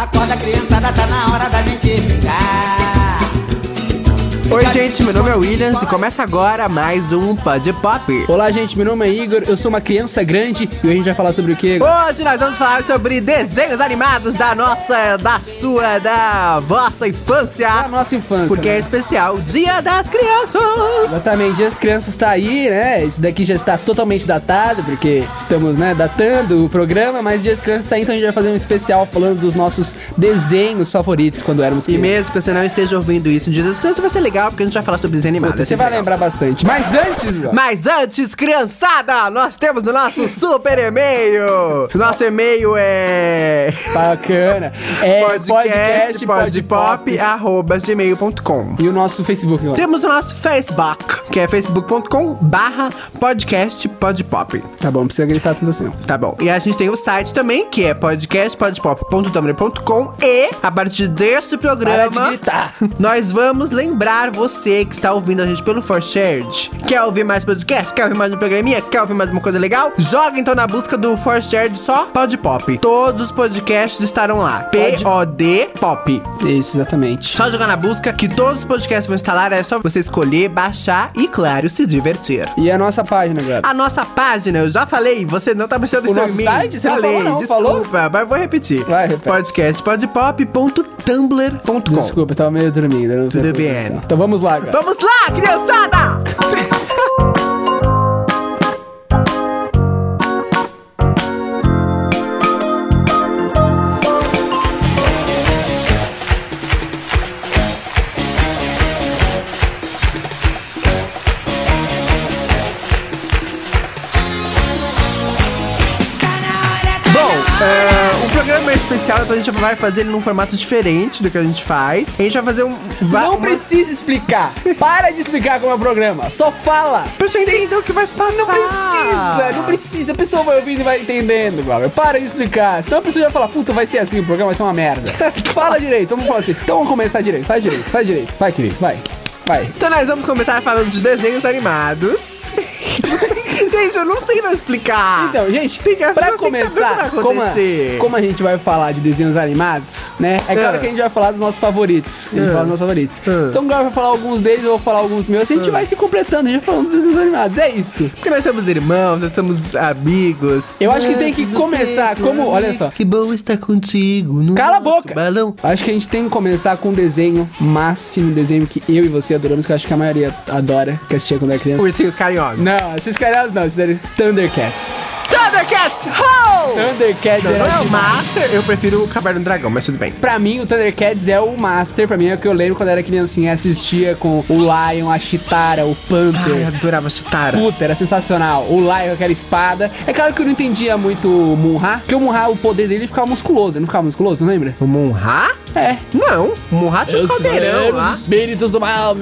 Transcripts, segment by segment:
Acorda, criançada, tá na hora da gente brincar. Oi, gente, meu nome é Williams e começa agora mais um Pod Pop. Olá, gente, meu nome é Igor, eu sou uma criança grande e hoje a gente vai falar sobre o quê? Hoje nós vamos falar sobre desenhos animados da vossa infância. Da nossa infância. Porque né? é especial Dia das Crianças. Exatamente, Dia das Crianças tá aí, né? Isso daqui já está totalmente datado, porque estamos, né, datando o programa, mas Dia das Crianças tá aí, então a gente vai fazer um especial falando dos nossos desenhos favoritos quando éramos E crianças. mesmo que você não esteja ouvindo isso no Dia das Crianças, vai ser legal, porque a gente vai falar sobre desenho animado. Puta, você vai lembrar bastante. Mas antes, Criançada, nós temos o nosso super e-mail. Nosso e-mail é... bacana. É podcastpodpop@gmail.com. E o nosso Facebook lá. Temos o nosso Facebook, que é facebook.com/podcastpodpop. Tá bom, não precisa gritar tanto assim não. Tá bom. E a gente tem o site também, que é podcastpodpop.tumblr.com. E, a partir desse programa, Para de gritar. nós vamos lembrar você que está ouvindo a gente pelo ForShared. Quer ouvir mais podcast? Quer ouvir mais um programinha? Quer ouvir mais uma coisa legal? Joga então na busca do ForShared só Pod Pop. Todos os podcasts estarão lá. P-O-D Pop. Isso, exatamente. Só jogar na busca que todos os podcasts vão instalar. É só você escolher, baixar e, claro, se divertir. E a nossa página, galera? A nossa página, eu já falei, você não tá prestando O atenção nosso em mim. site? Você não falei, falou, não? desculpa, mas vou repetir. Vai, repete. podcastpodpop.tumblr.com. Desculpa, eu tava meio dormindo. eu não Tudo prestei bem. atenção. Então vamos lá, galera. Vamos lá, criançada! O programa é especial, então a gente vai fazer ele num formato diferente do que a gente faz. A gente vai fazer Não precisa explicar. Para de explicar como é o programa. Só fala. Pra você entender o que vai se passar. Não precisa. A pessoa vai ouvindo e vai entendendo, Glauber. Para de explicar. Senão a pessoa vai falar, puta, vai ser assim, o programa vai ser uma merda. Fala direito, vamos falar assim. Então vamos começar direito. Faz direito. Vai, querido, vai. Então nós vamos começar falando de desenhos animados. Gente, eu não sei não explicar. Então, gente, pra pra começar, como a gente vai falar de desenhos animados, né? É claro que a gente vai falar dos nossos favoritos. A gente vai falar dos nossos favoritos. Então o Glauber vai falar alguns deles, eu vou falar alguns meus. A gente vai se completando, a gente vai falando dos desenhos animados. É isso. Porque nós somos irmãos, nós somos amigos. Eu acho que tem que começar como... Olha só. Que bom estar contigo no Cala a nosso boca! balão. Acho que a gente tem que começar com um desenho máximo, um desenho que eu e você adoramos, que eu acho que a maioria adora, que assistia quando era criança. Ursinhos carinhosos. Não, esses caras não, esses eram Thundercats. Thundercats! Ho! Thundercats Não era é o demais. Master, eu prefiro o Caverna do Dragão, mas tudo bem. Pra mim, o Thundercats é o Master. Pra mim é o que eu lembro quando eu era criancinha. Assistia com o Lion, a Chitara, o Panther. Ai, eu adorava Chitara. Puta, era sensacional. O Lion com aquela espada. É claro que eu não entendia muito o Munra, porque o Munra, o poder dele ficava musculoso. Ele não ficava musculoso, não lembra? O Munra? É. Não, o Munra tinha um caldeirão lá. Os espíritos do mal.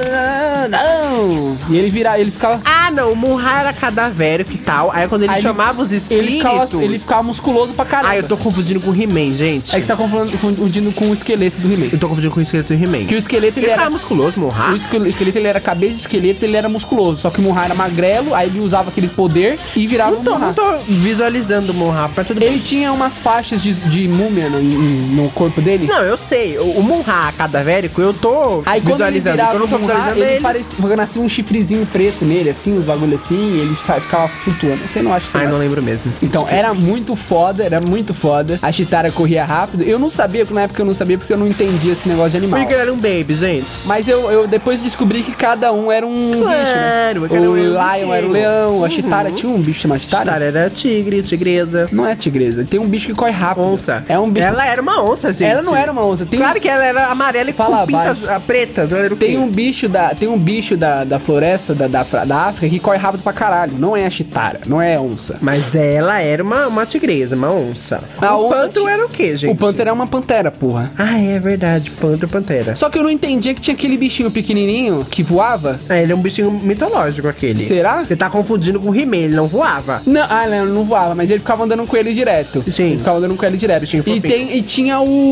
Não. E ele ficava... Ah, não, o Munra era cadavérico e tal. Aí quando ele Aí chamava os espíritos... Ele ficava musculoso pra caramba. Ah, eu tô confundindo com o He-Man, gente. É que você tá confundindo com o esqueleto do He-Man. Eu tô confundindo com o esqueleto do He-Man. Que o esqueleto Ele ele era... ficava musculoso, Munra? O esqueleto ele era cabeça de esqueleto, ele era musculoso. Só que o Munra era magrelo, aí ele usava aquele poder e virava um Não Munra. tô visualizando o Munra, mas tudo bem. Ele tinha umas faixas de múmia no corpo dele. Não, eu sei. O Munra cadavérico, eu tô Aí quando ele visualizando. virava Eu não tô o Munra, visualizando ele ele. parecia, nascia um chifrezinho preto nele, assim, os bagulho assim, e ele ficava flutuando. Você não acha que Ai, não lembro mesmo. Então, era muito foda. A Chitara corria rápido. Eu não sabia, na época eu não sabia porque eu não entendia esse negócio de animal. Porque ele era um baby, gente. Mas eu depois descobri que cada um era um bicho, né? Claro, O cada um era um Lion bichinho. era o leão, a Chitara tinha um bicho chamado Chitara? Chitara era tigre, tigresa. Não é tigresa, tem um bicho que corre rápido. Onça. É um bicho. Ela era uma onça, gente. Ela não era uma onça. Claro que ela era amarela e Fala com pintas abaixo. pretas. Ela era o quê? Tem um bicho da floresta da África que corre rápido pra caralho. Não é a Chitara, não é a onça. Mas ela era uma tigresa, uma onça. A o onça panto era o quê, gente? O panther é uma pantera, porra. Ah, é verdade. Panto, pantera. Só que eu não entendia que tinha aquele bichinho pequenininho que voava. Ele é um bichinho mitológico, aquele. Será? Você tá confundindo com o He-Man, ele não voava. Não, não voava, mas ele ficava andando com ele direto. Sim. Ele ficava andando com ele direto. Bichinho fofinho. E tinha o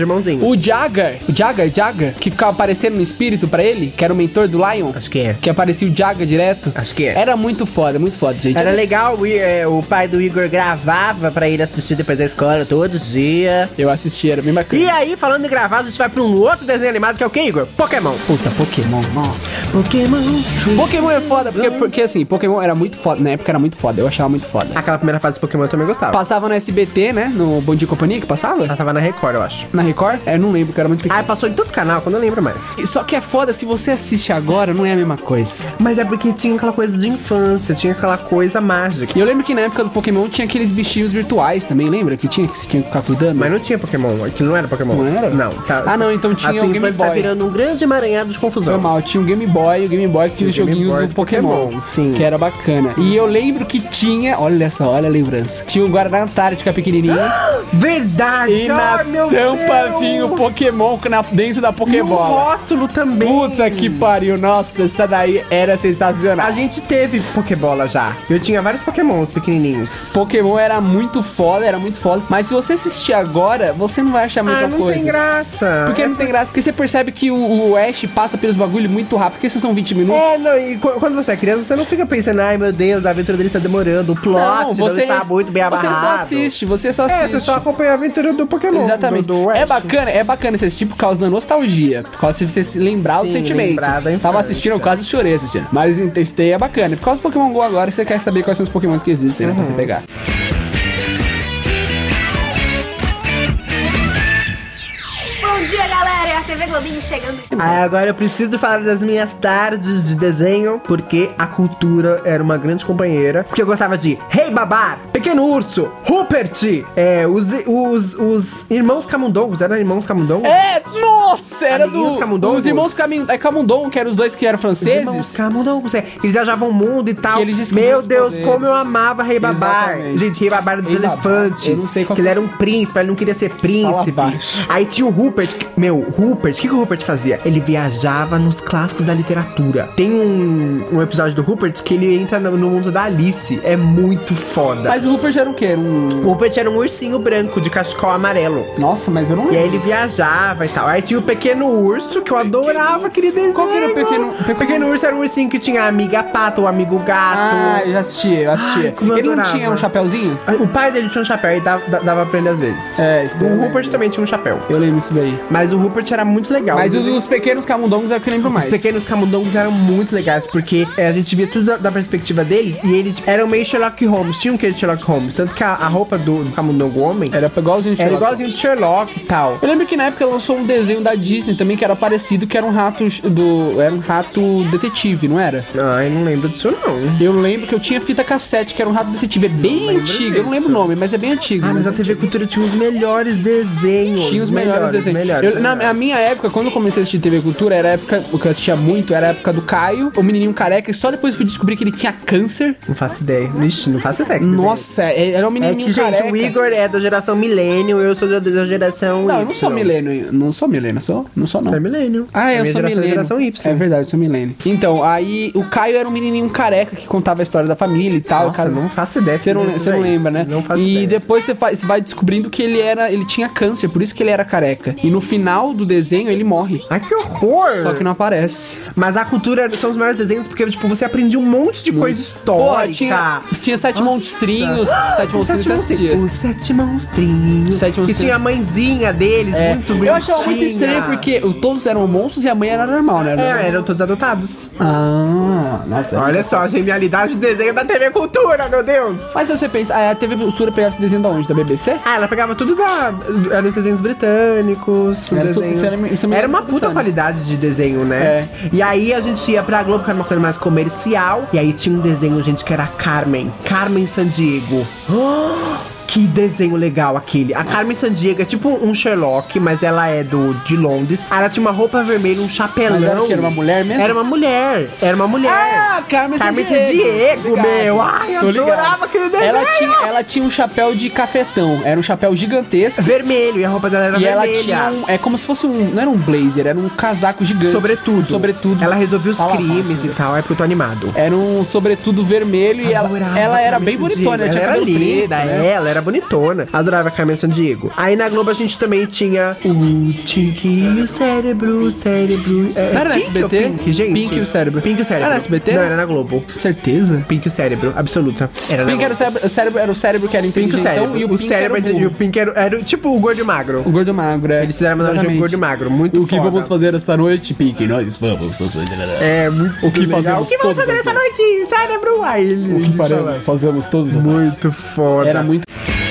irmãozinhos. O Jagger, que ficava aparecendo no espírito pra ele, que era o mentor do Lion. Acho que é. Que aparecia o Jagger direto. Acho que é. Era muito foda, gente. Era legal, o pai do Igor gravava pra ele assistir depois da escola todo dia. Eu assisti, era bem bacana. E aí, falando em gravar, a gente vai pra um outro desenho animado que é o que, Igor? Pokémon. Puta, Pokémon, nossa. Pokémon é foda, porque assim, Pokémon era muito foda, na época era muito foda, eu achava muito foda. Aquela primeira fase de Pokémon eu também gostava. Passava no SBT, né, no Bom Dia e Companhia, que passava? Passava na Record, eu acho. Na Record? É, não lembro, que era muito pequeno. Ah, passou em todo canal, quando eu lembro mais. Só que é foda, se você assiste agora, não é a mesma coisa. Mas é porque tinha aquela coisa de infância, tinha aquela coisa mágica. E eu lembro que na época do Pokémon tinha aqueles bichinhos virtuais também, lembra? Que você tinha que ficar cuidando. Mas não tinha Pokémon, aquilo não era Pokémon. Não era? Não, tá. Ah, não, então tinha o o Game infância tá Boy. virando um grande emaranhado de confusão. Foi mal, tinha o Game Boy que tinha os Game joguinhos Boy do Pokémon, sim. que era bacana. E eu lembro que tinha, olha só, olha a lembrança. Tinha um Guaraná Antártica pequenininho. Verdade! E na tampa vinha o Pokémon dentro da E o Pokébola. rótulo também. Puta que pariu, nossa, essa daí era sensacional. A gente teve Pokébola já. Eu tinha vários Pokémons pequenininhos. Pokémon era muito foda, Mas se você assistir agora, você não vai achar a mesma não coisa. tem graça. Por que não tem graça? Porque você percebe que o Ash passa pelos bagulho muito rápido. Porque esses são 20 minutos. Não, e quando você é criança, você não fica pensando, ai meu Deus, a aventura dele está demorando, o plot não está muito bem amarrado. Você só assiste. Você só acompanha a aventura do Pokémon. Exatamente. Do Ash. É bacana esse tipo por causa da nostalgia. Por causa de você se lembrar do sentimento. lembrar da infância. Tava assistindo, eu quase chorei assistindo. Mas esse daí é bacana. Por causa do Pokémon GO agora, você quer saber quais são os Pokémons que existem, né? Pra você pegar. Bom dia, galera! É a TV Globinho chegando. Agora eu preciso falar das minhas tardes de desenho, porque a cultura era uma grande companheira. Porque eu gostava de Rei Babar, Pequeno Urso, Rupert, os irmãos Camundongos. Eram irmãos Camundongos? Nossa! Era Amiguinhos Camundongos? Os irmãos Camundongo, que eram os dois que eram franceses. Irmãos Camundongos, eles viajavam o mundo e tal. Que eles descobriram Meu os Deus, poderes. como eu amava Rei Babar. Exatamente. Gente, Rei Babar dos Rei Babar, elefantes. eu não sei qual que ele que era um príncipe, ele não queria ser Fala príncipe. baixo. Aí tinha o Rupert. O que o Rupert fazia? Ele viajava nos clássicos da literatura. Tem um episódio do Rupert que ele entra no mundo da Alice. É muito foda. Mas o Rupert era o quê? O Rupert era um ursinho branco de cachecol amarelo. Nossa, mas eu não E lembro. aí ele viajava e tal. Aí tinha o Pequeno Urso, que eu adorava aquele desenho. Qual que era o Pequeno Urso era um ursinho que tinha a amiga pato, o amigo gato. Ah, eu já assistia. Ai, como eu Ele não adorava. tinha um chapéuzinho? O pai dele tinha um chapéu e dava pra ele às vezes. Isso daí eu O lembro. Rupert também tinha um chapéu. Eu lembro isso daí. Mas o Rupert era muito legal. Mas os pequenos camundongos é o que eu lembro mais. Os pequenos camundongos eram muito legais, porque a gente via tudo da perspectiva deles e eles eram meio Sherlock Holmes, tinham que de Sherlock Holmes. Tanto que a roupa do camundongo homem Era igualzinho de era Sherlock. igualzinho de Sherlock e tal. Eu lembro que na época lançou um desenho da Disney também que era parecido, que era um rato era um rato detetive, não era? Ah, eu não lembro disso não. Eu lembro que eu tinha fita cassete, que era um rato detetive. É bem antigo, eu não lembro o nome, mas é bem antigo. Ah, mas a TV Cultura tinha os melhores desenhos. Tinha os melhores desenhos. Na minha época, quando eu comecei a assistir TV Cultura, era a época, o que eu assistia muito, era a época do Caio, o menininho careca, e só depois fui descobrir que ele tinha câncer. Não faço ideia. Vixe, não faço ideia. Nossa, era um É menininho que, gente, careca. o Igor é da geração milênio, eu sou da geração Não, Y. eu não sou milênio, não sou milênio, não sou não. Você é milênio. Ah, eu minha sou geração é milênio. geração Y. É verdade, eu sou milênio. Então, aí o Caio era um menininho careca que contava a história da família e tal. Nossa, não faço ideia. Você não lembra, né? Não faço e ideia. depois você vai descobrindo que ele tinha câncer, por isso que ele era careca. E no final do desenho ele morre. Ai, que horror! Só que não aparece. Mas a cultura são os melhores desenhos porque, tipo, você aprendia um monte de coisa Porra, histórica. tinha Sete Monstrinhos. Sete Monstrinhos você assistia. Os Sete Monstrinhos. Sete E Monstrinhos. tinha a mãezinha deles, muito bonitinha. Eu achava muito estranho porque todos eram monstros e a mãe era normal, né? Eram todos adotados. Ah, nossa. Olha só a genialidade do desenho da TV Cultura, meu Deus! Mas se você pensa, a TV Cultura pegava esse desenho da onde? Da BBC? Ah, ela pegava tudo eram os desenhos britânicos, Era tudo- desenhos... isso é Era uma britânico. puta qualidade de desenho, né? É. E aí a gente ia pra Globo, que era uma coisa mais comercial. E aí tinha um desenho, gente, que era Carmen Sandiego. Que desenho legal aquele. A Carmen Sandiego é tipo um Sherlock, mas ela é de Londres. Ela tinha uma roupa vermelha, um chapelão. Mas era o quê? Era uma mulher mesmo? Era uma mulher. Ah, Carmen Sandiego, Ligado. meu. Ai, eu Tô ligado. adorava aquele desenho. Ela tinha um chapéu de cafetão. Era um chapéu gigantesco. Vermelho, e a roupa dela era E ela vermelha. tinha é como se fosse não era um blazer, era um casaco gigante. Sobretudo. Ela resolveu os Fala crimes mais, e tal, é porque eu tô animado. Era um sobretudo vermelho e ela era bem bonitona. Ela tinha era cabelo linda, preto, né? ela era bonitona. Adorava a Carmen Sandiego. Aí na Globo a gente também tinha o Tink e o Cérebro, Era na Tink ou SBT? Pink, gente? Pink e o Cérebro. Pink e o Cérebro. Era na SBT? Não, era na Globo. Certeza? Pink e o Cérebro, absoluta. Era na Pink era Globo. o cérebro, era o cérebro que era Pink e o inteligentão Cérebro. e o Pink Cérebro era o e o burro. Pink era tipo o gordo e magro. O gordo magro, é. Eles fizeram uma homenagem ao Exatamente. gordo e magro, muito O que foda. vamos fazer esta noite, Pink? Nós vamos fazer... É, muito O que legal. fazemos O que vamos todos fazer essa aqui? noite, Cérebro? Aí ele... O que faremos? Fazemos todos os dias. Muito foda. Era muito...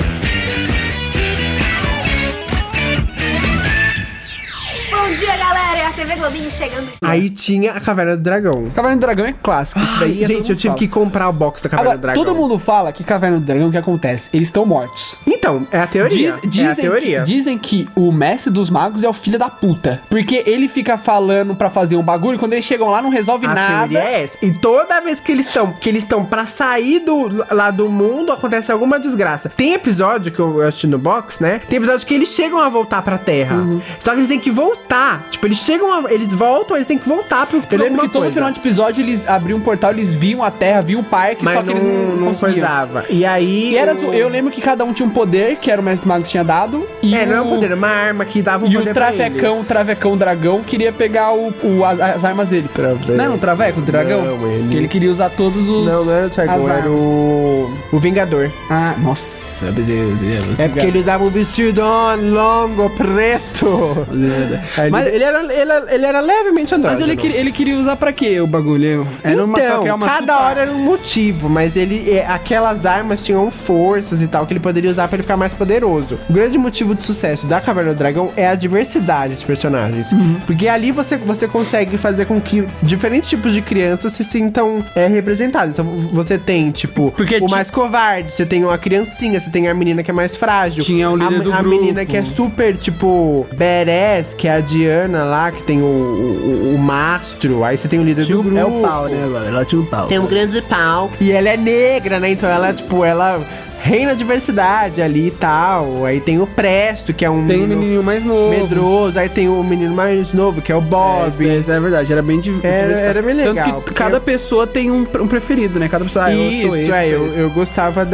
Bom dia, galera. É a TV Globinho chegando. Aí tinha a Caverna do Dragão. Caverna do Dragão é clássico. Isso daí é Gente, eu tive que comprar o box da Caverna do Agora, Dragão. todo mundo fala que Caverna do Dragão, o que acontece? Eles estão mortos. Então, é a teoria. É a teoria. Dizem que o mestre dos magos é o filho da puta. Porque ele fica falando pra fazer um bagulho e quando eles chegam lá não resolve A nada. teoria é essa. E toda vez que eles estão pra sair lá do mundo, acontece alguma desgraça. Tem episódio que eu assisti no box, né? Tem episódio que eles chegam a voltar pra Terra. Só que eles têm que voltar. Tipo, eles voltam, eles têm que voltar pro Eu lembro alguma que todo coisa. final de episódio eles abriam um portal, eles viam a terra, viam o parque, Mas só que eles não conseguiam. coisava. E aí... E era, eu lembro que cada um tinha um poder, que era o mestre mago que tinha dado. E não é um poder, é uma arma que dava um E poder o pra travecão dragão queria pegar as armas dele. Não era um traveco, o dragão? Não, ele- Que ele queria usar todos os... Não era o Dragão, as era armas. o Vingador. Ah, nossa, eu É porque ele usava um vestido longo, preto. Mas- ele era levemente Mas andrógeno. ele queria usar pra quê o bagulho? Era pra Então, criar uma cada super- hora era um motivo, mas aquelas armas tinham forças e tal que ele poderia usar pra ele ficar mais poderoso. O grande motivo de sucesso da Caverna do Dragão é a diversidade de personagens. Porque ali você consegue fazer com que diferentes tipos de crianças se sintam representadas. Então você tem, tipo, Porque o mais covarde, você tem uma criancinha, você tem a menina que é mais frágil. Tinha o líder do a grupo. menina que é super, tipo, badass, que é a Diana lá, que tem o mastro. Aí você tem o líder do grupo. É o pau, né, agora? Ela tinha um pau. Tem um grande pau. E ela é negra, né? Então ela, tipo, ela reina a diversidade ali e tal. Aí tem o Presto, que é um Tem um menininho mais novo. medroso. Aí tem o menino mais novo, que é o Bob. Isso é verdade, era bem Era bem legal, Tanto que porque cada pessoa tem um preferido, né? Cada pessoa, eu sou esse, eu gostava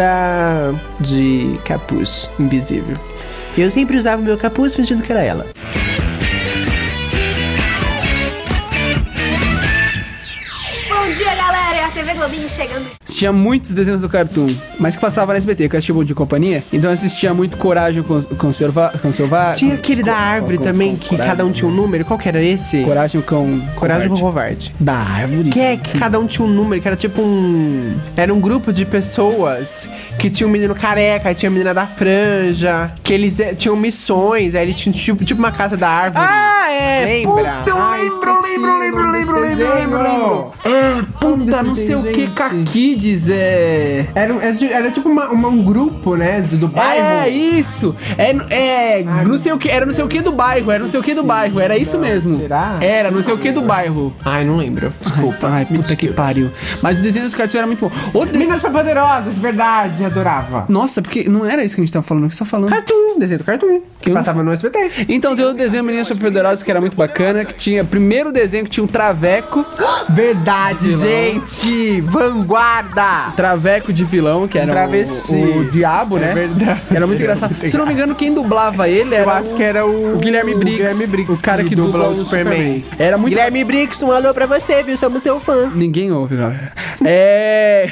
de capuz invisível. Eu sempre usava o meu capuz fingindo que era ela. Bom dia, galera. É a TV Globinho chegando. Tinha muitos desenhos do Cartoon, mas que passava na SBT, que eu assistia Bom de Companhia. Então eu assistia muito Coragem com Selvagem. Tinha aquele da árvore também, que cada um tinha um número. Qual que era esse? Coragem com Covarde. Da árvore? Que cada um tinha um número, que era tipo um... Era um grupo de pessoas que tinha um menino careca, aí tinha a menina da franja, que eles tinham missões, aí eles tinham tipo uma casa da árvore. Ah, é! Lembra? Puta, eu lembro. É, puta, não sei o que, Caquides, é... Era tipo um grupo, né, do bairro. É isso! Não sei o que, era não sei o que do bairro, era isso mesmo. Será? Era não sei o que do bairro. Ai, não lembro. Desculpa. Ai, puta que pariu. Mas o desenho dos Cartoon era muito bom. Meninas Poderosas, verdade, adorava. Nossa, porque não era isso que a gente tava falando, o que você tá falando? Cartoon, desenho do Cartoon, que Eu não- passava no SBT. Então tem o desenho Meninas Superpoderosas que era muito bacana, que tinha, primeiro desenho que tinha um traveco, Verdade, Vilão. gente! Vanguarda! traveco de vilão, que era Travesti. o diabo, né? É verdade. Era muito engraçado. Se não me engano, quem dublava ele era Eu acho que era o Guilherme Briggs, o cara que dubla o Superman. Era muito Guilherme Briggs, um alô pra você, viu? Somos seu fã. Ninguém ouve, galera. É.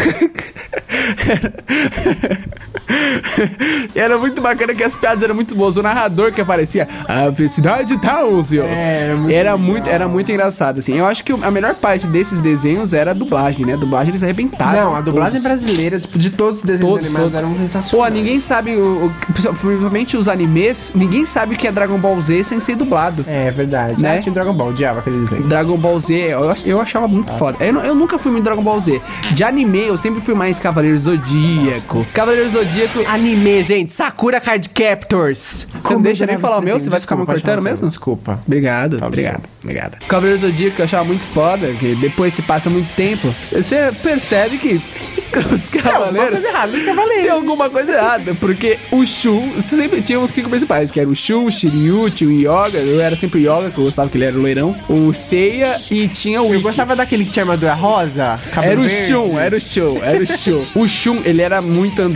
Era muito bacana que as piadas eram muito boas. O narrador que aparecia, a felicidade Townsville. Era muito engraçado, assim. Eu acho que a melhor parte desses desenhos era a dublagem, né? A dublagem eles arrebentaram. Não, a dublagem todos. brasileira, tipo, de todos os desenhos animados eram Pô, sensacionais. ninguém sabe, principalmente os animes, ninguém sabe o que é Dragon Ball Z sem ser dublado. É verdade. Né? Ah, tinha Dragon Ball, odiava aquele desenho. Dragon Ball Z, eu achava muito foda. Eu nunca fui muito Dragon Ball Z. De anime, eu sempre fui mais Cavaleiro Zodíaco. Cavaleiro Zodíaco. Anime, gente, Sakura Card Captors. Você não deixa nem falar o meu? Você vai ficar me cortando mesmo? Desculpa. Obrigado. Cavaleiro Zodíaco eu achava muito foda, que depois se passa muito tempo, você percebe que os cavaleiros tem alguma coisa errada, porque o Shun, você sempre tinha os 5 principais, que era o Shun, o Shiryu, tinha o Yoga, eu era sempre o Yoga, que eu gostava que ele era o loirão, o Seiya e tinha o Eu Ikki. gostava daquele que tinha armadura rosa, cabelo Era o verde. Shun. O Shun, ele era muito andrógeno.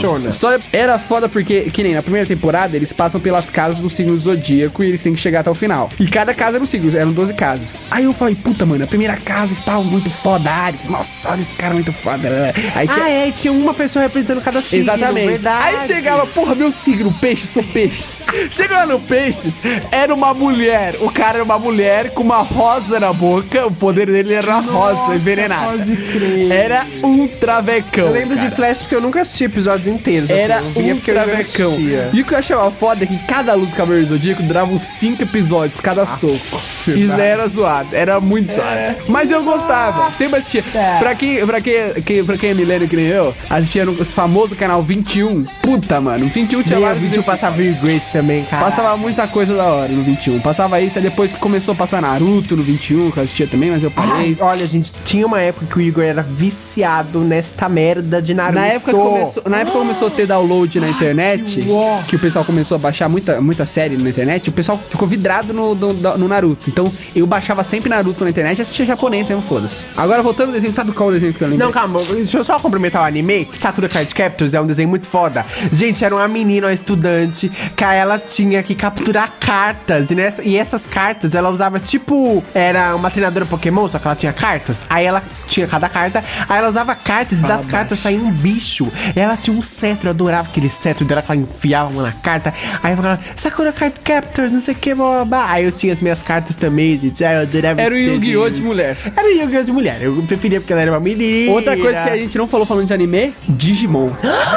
bichona. Só era foda porque, que nem na primeira temporada, eles passam pelas casas do signo zodíaco e eles têm que chegar até o final. E cada casa era um signo, eram 12 casas. Aí eu falei, puta, mano, a primeira casa e tal, muito foda, Ares. Nossa, olha esse cara muito foda. Aí Tinha uma pessoa representando cada signo. Exatamente. Verdade. Aí chegava, porra, meu signo, peixe, sou peixes. Chegava no peixes, era uma mulher. O cara era uma mulher com uma rosa na boca. O poder dele era rosa, envenenada. Pode crer. Era um travecão. Eu lembro cara. de Flash porque eu nunca assisti episódios inteiros. Era assim, eu via um porque eu não travecão. assistia. E o que eu achava foda é que cada luta do Cavaleiro do Zodíaco durava uns 5 episódios, cada soco. Isso daí era zoado, era muito zoado. Mas eu gostava, sempre assistia. Pra quem é milênio que nem eu, assistia no famoso canal 21. Puta, mano, 21 tinha Meu, vários vídeo vídeos. passava Will Grace também, cara. Passava muita coisa da hora no 21. Passava isso, aí depois começou a passar Naruto no 21, que eu assistia também, mas eu parei. Olha, gente, tinha uma época que o Igor era viciado nesta merda de Naruto. Na época começou a ter download na internet, que o pessoal começou a baixar muita série na internet, o pessoal ficou vidrado no Naruto. Então eu baixava sempre Naruto na internet e assistia japonês, mesmo, foda-se. Agora voltando ao desenho, sabe qual é o desenho que eu lembro? Não, calma, deixa eu só complementar o anime. Sakura Card Captors é um desenho muito foda. Gente, era uma menina, uma estudante, que ela tinha que capturar cartas. E essas cartas, ela usava tipo... Era uma treinadora Pokémon, só que ela tinha cartas. Aí ela tinha cada carta. Aí ela usava cartas e das cartas saía um bicho. E ela tinha um cetro, eu adorava aquele cetro dela, que ela enfiava uma na carta. Aí eu falava, Sakura Card Captors, não sei o que, blá, blá, blá. Aí eu tinha as minhas cartas também, gente. Aí eu adorava Era o esses Yu-Gi-Oh! desenhos. de mulher. Era o Yu-Gi-Oh! De mulher. Eu preferia porque ela era uma menina. Outra coisa que a gente não falou falando de anime, Digimon.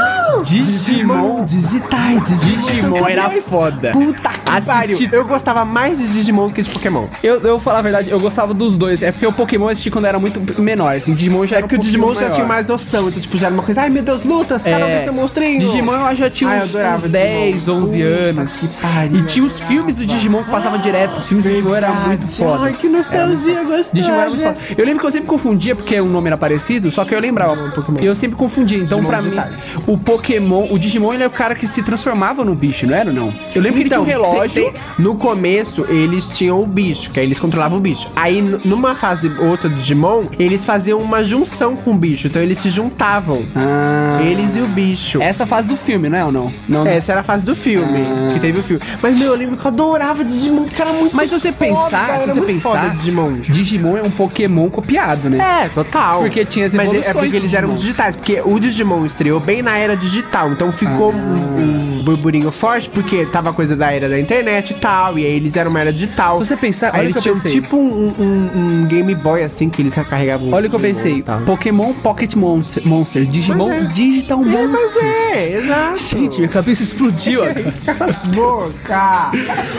Digimon. Digitais. Digimon era foda. Puta que Assisti- pariu. Eu gostava mais de Digimon do que de Pokémon. Eu vou falar a verdade, eu gostava dos dois. É porque o Pokémon eu assisti quando era muito menor, assim. Digimon já É era que o pouquinho Digimon já maior. tinha mais noção. Então, tipo, já era uma coisa, ai meu Deus, lutas, cada vez seu monstrinho. Digimon eu já tinha Ai, eu uns adorava 10, Digimon. 11 Puta anos. que pariu, E tinha os eu filmes do Digimon que passavam direto. Os filmes do Digimon eram muito foda. Ai, que nostalgia, gostosa. Digimon era muito foda. Eu lembro que eu sempre confundia, porque o nome era parecido, só que eu lembrava. Pokémon. Eu sempre confundia. Então, Digimon pra mim, digitais. o Pokémon, o Digimon, ele é o cara que se transformava no bicho, não era, não? Eu lembro que ele tinha um relógio. No começo, eles tinham o bicho, que aí eles controlavam o bicho. Aí, numa fase outra do Digimon, eles faziam uma junção com o bicho. Então, eles se juntavam. Ah. Eles e o bicho. Essa fase do filme, não é ou não? Não. Essa era a fase do filme, que teve o filme. Mas, meu, eu lembro que eu adorava Digimon, que era muito Mas se você foda, pensar, era se você muito foda pensar, Digimon. Digimon é um Pokémon copiado, né? É, total. Porque tinha as Mas evoluções é porque eles dos eram Digimons. digitais. Porque o Digimon estreou bem na era digital. Então ficou um burburinho forte, porque tava coisa da era da internet e tal. E aí eles eram uma era digital. Se você pensar, aí olha o que eles eu tinham pensei. tipo um Game Boy assim, que eles carregavam. Olha o que eu Digimon pensei. e tal. Pokémon Pocket Monster. Digimon Mas é. Digital É, Monster. mas é, exato. Gente, minha cabeça explodiu agora. Boca!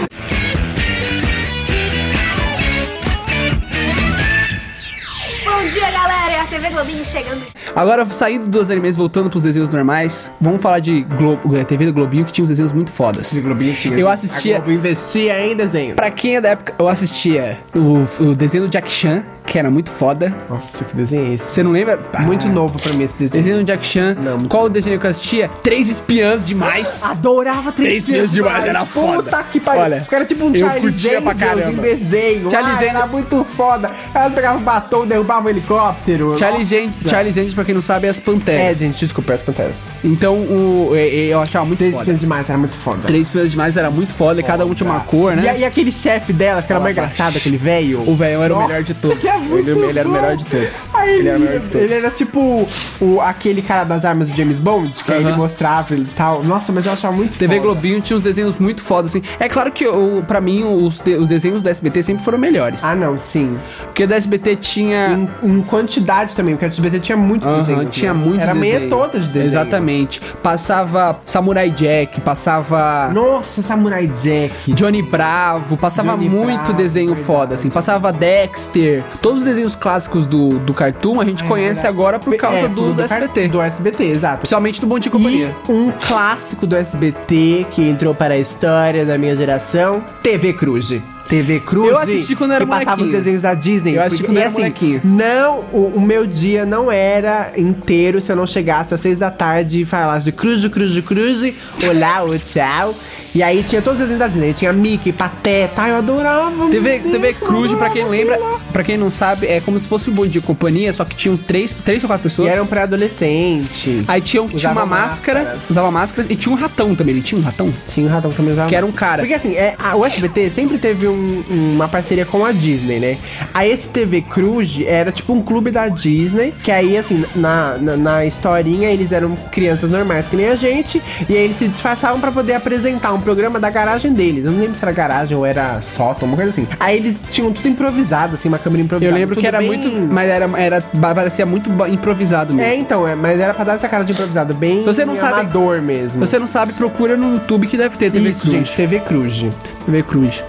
Bom dia, galera! É a TV Globinho chegando. Agora, saindo dos animes, voltando pros desenhos normais, vamos falar de TV do Globinho, que tinha uns desenhos muito fodas. Globinho tinha. Eu assistia- A Globo investia em desenhos. Pra quem é da época, eu assistia o desenho do Jack Chan, que era muito foda. Nossa, que desenho é esse? Você não lembra? Muito novo pra mim esse desenho. Desenho do Jack Chan. Não, muito Qual o desenho que eu assistia? Três Espiãs Demais. Adorava Três Espiãs Demais, era foda. Puta que pariu. Olha, era tipo um eu Charles curtia pra Angels caramba. em desenho. Charles Ai, era muito foda. Elas pegavam batom, derrubavam o helicóptero. Charles Angels, pra quem não sabe, é as É, Panteras. gente, desculpa, as panteras. Então, eu achava muito Três foda. Espiãs Demais, era muito foda. Três Espiãs Demais era muito foda, e cada um tinha uma cor, né? E aquele chefe delas, que era mais engraçado, aquele velho. O velho era o Nossa, melhor de todos. que é muito Ele era o bom. melhor de todos. Ai, Ele era o melhor de todos. Ele era tipo aquele cara das armas do James Bond, que aí ele Aham. mostrava e tal. Nossa, mas eu achava muito TV foda. Globinho tinha uns desenhos muito fodas, assim. É claro que, pra mim, os desenhos do SBT sempre foram melhores. Ah, não, sim. Porque do SBT tinha... Em quantidade também, porque o SBT tinha muito Aham, desenho. tinha né? muito Era a desenho. meia toda de desenho. Exatamente. Passava Samurai Jack, passava Nossa, Samurai Jack. Johnny Bravo, passava Johnny muito Bravo, desenho verdade. foda, assim. Passava Dexter. Todos os desenhos clássicos do Cartoon a gente conhece agora por causa do SBT. Do SBT, exato. Principalmente do Bom Dia e Companhia. E um clássico do SBT que entrou para a história da minha geração, TV Cruz. TV Cruz. Eu assisti quando era que passava os molequinho. desenhos da Disney. Eu assisti Porque- quando e era assim, molequinho. Não, o meu dia não era inteiro se eu não chegasse às 6 da tarde e falasse de Cruz, olá, o tchau. E aí tinha todos os desenhos da Disney. Tinha Mickey, Pateta. Ai, eu adorava. TV Cruz, pra quem lembra, pra quem não sabe, é como se fosse um Bom Dia e Companhia, só que tinham três ou quatro E pessoas. eram pra adolescentes. Aí tinha uma Usavam máscara, máscaras. usava máscaras, e tinha um ratão também. Ele tinha um ratão? Tinha um ratão que também usava. Que era um cara. Porque assim, o SBT sempre teve uma parceria com a Disney, né? Aí esse TV Cruz era tipo um clube da Disney, que aí assim, na historinha eles eram crianças normais que nem a gente, e aí eles se disfarçavam pra poder apresentar um programa da garagem deles. Eu não lembro se era garagem ou era sótão, uma coisa assim. Aí eles tinham tudo improvisado, assim, uma câmera improvisada. Eu lembro que tudo era bem... muito. Mas parecia muito improvisado mesmo. então, mas era pra dar essa cara de improvisado, bem Se você não sabe- amador mesmo. Se você não sabe, procura no YouTube que deve ter TV Isso, Cruz. gente, TV Cruz. TV Cruz.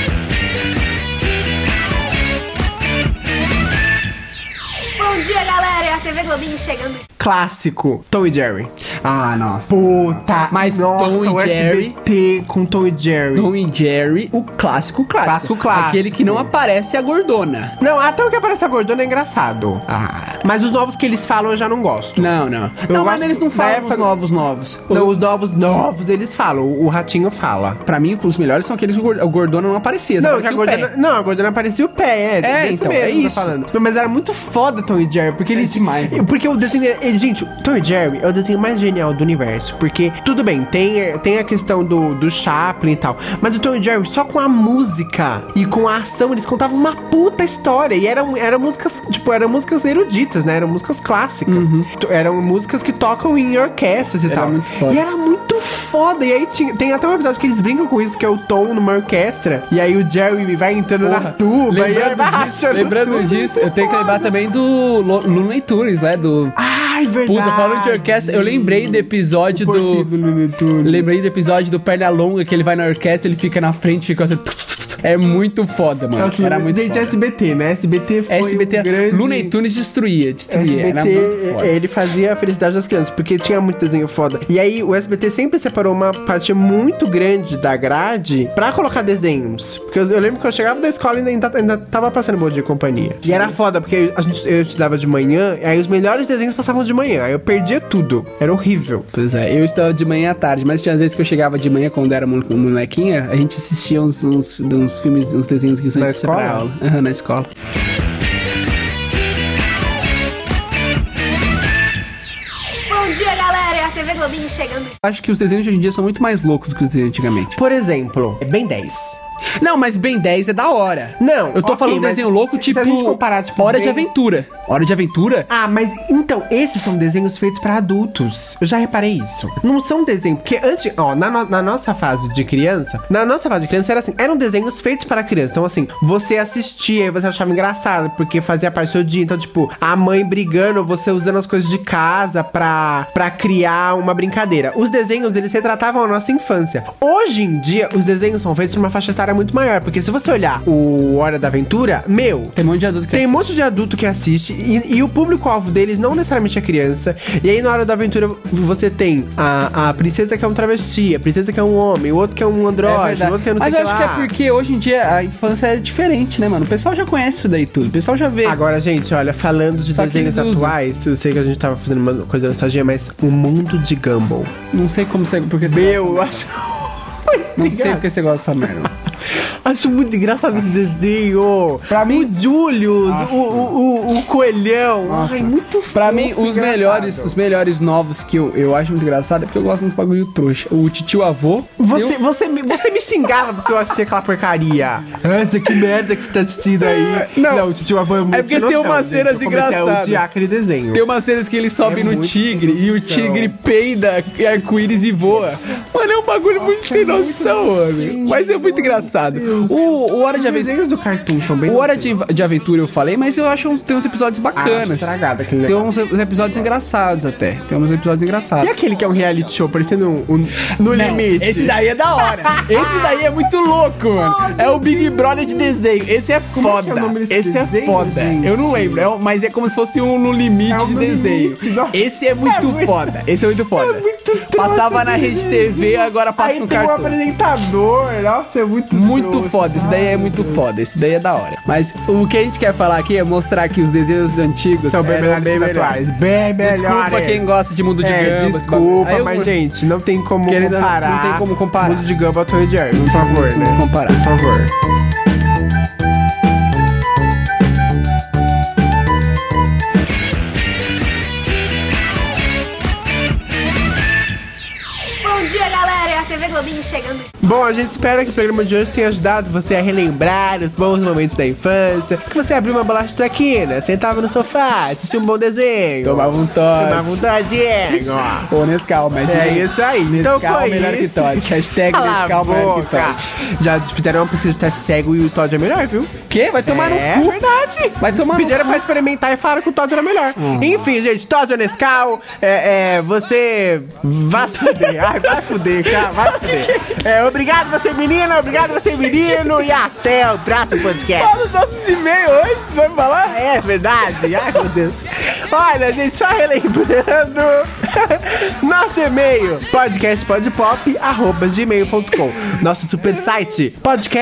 Bom dia, galera! É a TV Globinho chegando. Clássico, Tom e Jerry. Ah, nossa. Puta, Mas nossa, Tom e o Jerry- SBT com Tom e Jerry. Tom e Jerry, o clássico. Clássico. Aquele que não aparece a gordona. Não, até o que aparece a gordona é engraçado. Ah. Mas os novos que eles falam eu já não gosto. Não. Não, mas gosto eles não da falam época- os novos. Não, os novos eles falam. O Ratinho fala. Pra mim, os melhores são aqueles que o gordona não aparecia. só Não, que aparecia o pé. a gordona aparecia o pé, desse então, mesmo é que eu tô isso. falando. Não, mas era muito foda Tom e Jerry, porque eles... demais. Porque o desenho... gente, Tom e Jerry é o desenho mais genial do universo, porque, tudo bem, tem a questão do Chaplin e tal, mas o Tom e Jerry, só com a música e com a ação, eles contavam uma puta história, e eram músicas, tipo, eram músicas eruditas, né, eram músicas clássicas, eram músicas que tocam em orquestras e Era tal. muito foda. E era muito foda, e aí tem até um episódio que eles brincam com isso, que é o Tom numa orquestra, e aí o Jerry vai entrando na tuba, e aí vai rachando Lembrando tudo. disso, eu tenho que lembrar também do Looney Tunes, né? Do... Ai, verdade. Puta, falando de orquestra, eu lembrei do episódio do... Lembrei do episódio do Pernalonga, que ele vai na orquestra, ele fica na frente, fica assim... É muito foda, mano. Era muito Gente, foda. SBT, né? SBT foi SBT, um grande... Looney Tunes destruía. Era muito SBT, foda. ele fazia a felicidade das crianças, porque tinha muito desenho foda. E aí, o SBT sempre separou uma parte muito grande da grade pra colocar desenhos. Porque eu lembro que eu chegava da escola e ainda tava passando Bom Dia e Companhia. E era foda, porque eu estudava de manhã, e aí os melhores desenhos passavam de manhã. Aí eu perdia tudo. Era horrível. Pois é, eu estudava de manhã à tarde, mas tinha vezes que eu chegava de manhã, quando era molequinha, a gente assistia uns filmes, uns desenhos que são Na pra escola? aula. Aham, na escola. Bom dia, galera! É a TV Globinho chegando. Acho que os desenhos de hoje em dia são muito mais loucos do que os desenhos antigamente. Por exemplo, Ben 10. Não, mas Ben 10 é da hora. Não, eu tô ok, falando mas desenho louco, se tipo... a gente comparar, tipo, Hora de Ben- Aventura. Hora de Aventura? Ah, mas então, esses são desenhos feitos pra adultos. Eu já reparei isso. Não são desenhos. Porque antes, ó, na nossa fase de criança, era assim, eram desenhos feitos para criança. Então, assim, você assistia e você achava engraçado, porque fazia parte do seu dia. Então, tipo, a mãe brigando, você usando as coisas de casa pra criar uma brincadeira. Os desenhos, eles retratavam a nossa infância. Hoje em dia, os desenhos são feitos pra uma faixa etária muito maior. Porque se você olhar o Hora da Aventura, Tem um monte de adulto que tem um assiste. monte de adulto que assiste e o público-alvo deles não necessariamente é criança. E aí na Hora da Aventura você tem a princesa que é um travesti, a princesa que é um homem, o outro que é um andrógeno, o outro que é não sei Mas o eu que acho lá. que é porque hoje em dia a infância é diferente, né, mano? O pessoal já conhece isso daí tudo. O pessoal já vê. Agora, gente, olha, falando de Só que desenhos eles usam. atuais, eu sei que a gente tava fazendo uma coisa da nostalgia, mas o mundo de Gumball. Não sei como você... Porque você Meu, eu acho... não sei porque você gosta dessa merda. Acho muito engraçado esse desenho. Pra mim- o Julius, o coelhão. Nossa. Ai, muito fofo. Pra mim, os engraçado. melhores novos que eu acho muito engraçado é porque eu gosto dos bagulho trouxa. O Titio Avô. Você me xingava porque eu assistia aquela porcaria. Essa que merda que você tá assistindo aí. Não, o tio avô é muito é porque sem tem noção, umas gente. cenas Eu comecei engraçadas. a odiar aquele desenho. Tem umas cenas que ele sobe no muito tigre sem e o noção. tigre peida arco-íris e voa. Mano, é um bagulho muito sem noção, mano. Mas é muito engraçado. O Hora Os de Aventura. desenhos do Cartoon são bem... O Hora de Aventura eu falei, mas eu acho que tem uns episódios bacanas. estragado aquele Tem negócio. uns episódios engraçados até. Tem uns episódios E engraçados. aquele que é um reality show, parecendo No Limite? Esse daí é da hora. Esse daí é muito louco, mano. É o Big Brother de desenho. Esse é foda. é o nome desse Esse é desenho, foda. gente? Eu não lembro, mas é como se fosse um No Limite É um de No desenho. Limite, nossa. Esse é muito muito- foda. Esse é muito foda. muito trouxa Passava na aquele Rede desenho. TV, agora passa Aí no tem um Cartoon. apresentador, nossa, é muito Muito trouxe. foda, esse daí é muito foda, esse daí é da hora. Mas o que a gente quer falar aqui é mostrar que os desenhos antigos São bem eram melhores que os atuais. Bem melhores. Desculpa quem gosta de Mundo de Gamba. esse bagulho. Desculpa, Aí eu- mas gente, não tem como Querendo, comparar. não tem como comparar. Mundo de Gamba ao Tom e Jerry, por favor, Não tem né? como comparar. Por favor. Bom dia, galera! É a TV Globinho chegando. Bom, a gente espera que o programa de hoje tenha ajudado você a relembrar os bons momentos da infância. Que você abriu uma bolacha traquina, sentava no sofá, assistia um bom desenho. Tomava um Todd. Tomava um todinho. Ou Nescau, mas É isso aí. Então Nescau foi melhor isso. que Todd. Hashtag Cala a Nescau melhor que boca. Todd. Já fizeram uma pesquisa de teste cego e o Todd é melhor, viu? Que? Vai tomar É no cu. verdade. Vai tomar no Pediram cu. pra experimentar e falaram que o Todd era melhor. Enfim, gente, Todd ou Nescau, você vá se fuder. Ai, vai fuder, cara, vai fuder. Obrigado você menina, obrigado você menino e até o próximo podcast. Fala os nossos e-mails antes, vai falar? É verdade, ai meu Deus. Olha, gente, só relembrando nosso e-mail podcastpodpop@gmail.com. Nosso super site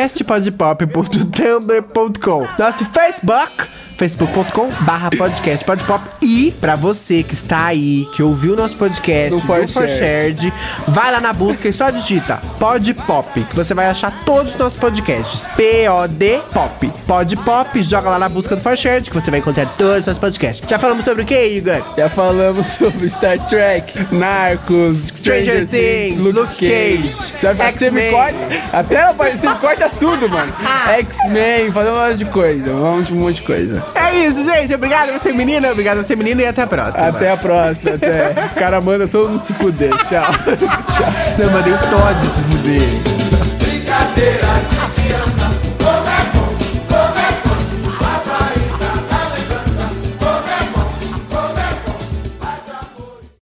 podcastpodpop.tumblr.com. Nosso Facebook facebook.com/podcastpodpop. E pra você que está aí, que ouviu o nosso podcast Do do For ForShared, vai lá na busca e só digita Podpop, que você vai achar todos os nossos podcasts. P-O-D-Pop. Podpop, joga lá na busca do ForShared, que você vai encontrar todos os nossos podcasts. Já falamos sobre o que, Igor? Já falamos sobre Star Trek, Narcos, Stranger Things, Luke Cage, Você vai você me X-Men. corta? Até você me corta tudo, mano. X-Men, fazer um monte de coisa. Vamos um monte de coisa. É isso, gente. Obrigado você, menina. Obrigado você, menino. E até a próxima. Até a próxima, até. O cara manda todo mundo se fuder. Tchau. Tchau. Não, mandei o Todd se fuder. Brincadeira de